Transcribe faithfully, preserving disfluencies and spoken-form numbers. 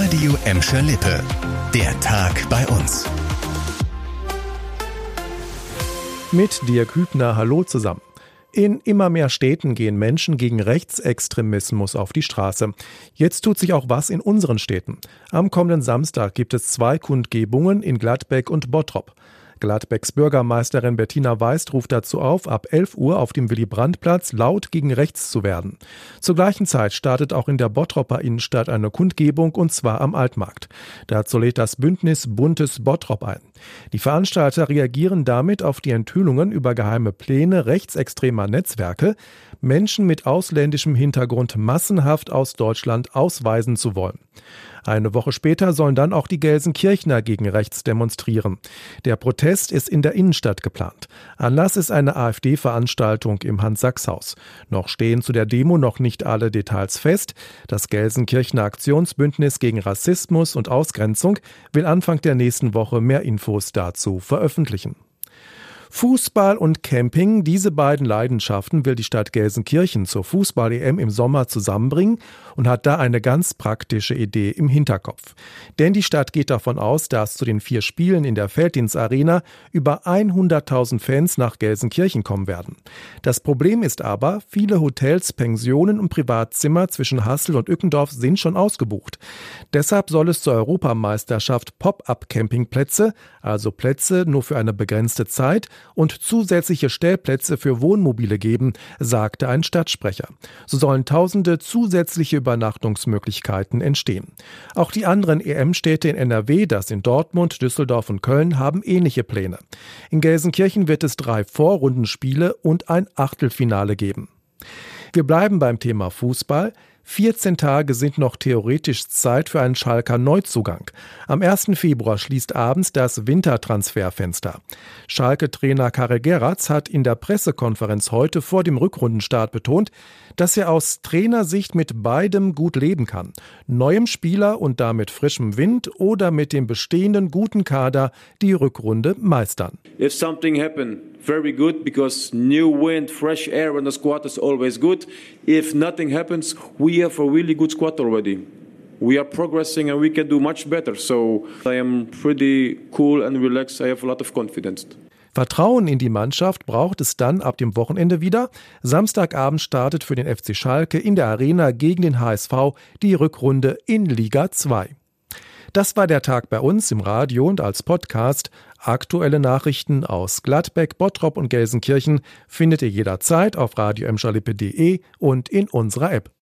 Radio Emscher Lippe. Der Tag bei uns. Mit Dirk Hübner, hallo zusammen. In immer mehr Städten gehen Menschen gegen Rechtsextremismus auf die Straße. Jetzt tut sich auch was in unseren Städten. Am kommenden Samstag gibt es zwei Kundgebungen in Gladbeck und Bottrop. Gladbecks Bürgermeisterin Bettina Weist ruft dazu auf, ab elf Uhr auf dem Willy-Brandt-Platz laut gegen rechts zu werden. Zur gleichen Zeit startet auch in der Bottroper Innenstadt eine Kundgebung, und zwar am Altmarkt. Dazu lädt das Bündnis Buntes Bottrop ein. Die Veranstalter reagieren damit auf die Enthüllungen über geheime Pläne rechtsextremer Netzwerke, Menschen mit ausländischem Hintergrund massenhaft aus Deutschland ausweisen zu wollen. Eine Woche später sollen dann auch die Gelsenkirchener gegen rechts demonstrieren. Der Protest ist in der Innenstadt geplant. Anlass ist eine AfD-Veranstaltung im Hans-Sachs-Haus. Noch stehen zu der Demo noch nicht alle Details fest. Das Gelsenkirchener Aktionsbündnis gegen Rassismus und Ausgrenzung will Anfang der nächsten Woche mehr Infos dazu veröffentlichen. Fußball und Camping, diese beiden Leidenschaften will die Stadt Gelsenkirchen zur Fußball-E M im Sommer zusammenbringen und hat da eine ganz praktische Idee im Hinterkopf. Denn die Stadt geht davon aus, dass zu den vier Spielen in der Felddienst-Arena über hunderttausend Fans nach Gelsenkirchen kommen werden. Das Problem ist aber, viele Hotels, Pensionen und Privatzimmer zwischen Hassel und Ückendorf sind schon ausgebucht. Deshalb soll es zur Europameisterschaft Pop-up-Campingplätze, also Plätze nur für eine begrenzte Zeit, und zusätzliche Stellplätze für Wohnmobile geben, sagte ein Stadtsprecher. So sollen tausende zusätzliche Übernachtungsmöglichkeiten entstehen. Auch die anderen E M-Städte in N R W, das in Dortmund, Düsseldorf und Köln, haben ähnliche Pläne. In Gelsenkirchen wird es drei Vorrundenspiele und ein Achtelfinale geben. Wir bleiben beim Thema Fußball. vierzehn Tage sind noch theoretisch Zeit für einen Schalker Neuzugang. Am ersten Februar schließt abends das Wintertransferfenster. Schalke-Trainer Karel Geratz hat in der Pressekonferenz heute vor dem Rückrundenstart betont, dass er aus Trainersicht mit beidem gut leben kann. Neuem Spieler und damit frischem Wind oder mit dem bestehenden guten Kader die Rückrunde meistern. If something happen, very good, because new wind, fresh air in the squad is always good. If nothing happens, we have a really good squad already. We are progressing and we can do much better. So I am pretty cool and relaxed. I have a lot of confidence. Vertrauen in die Mannschaft braucht es dann ab dem Wochenende wieder. Samstagabend startet für den F C Schalke in der Arena gegen den H S V die Rückrunde in Liga zwei. Das war der Tag bei uns im Radio und als Podcast. Aktuelle Nachrichten aus Gladbeck, Bottrop und Gelsenkirchen findet ihr jederzeit auf radio emscher lippe punkt de und in unserer App.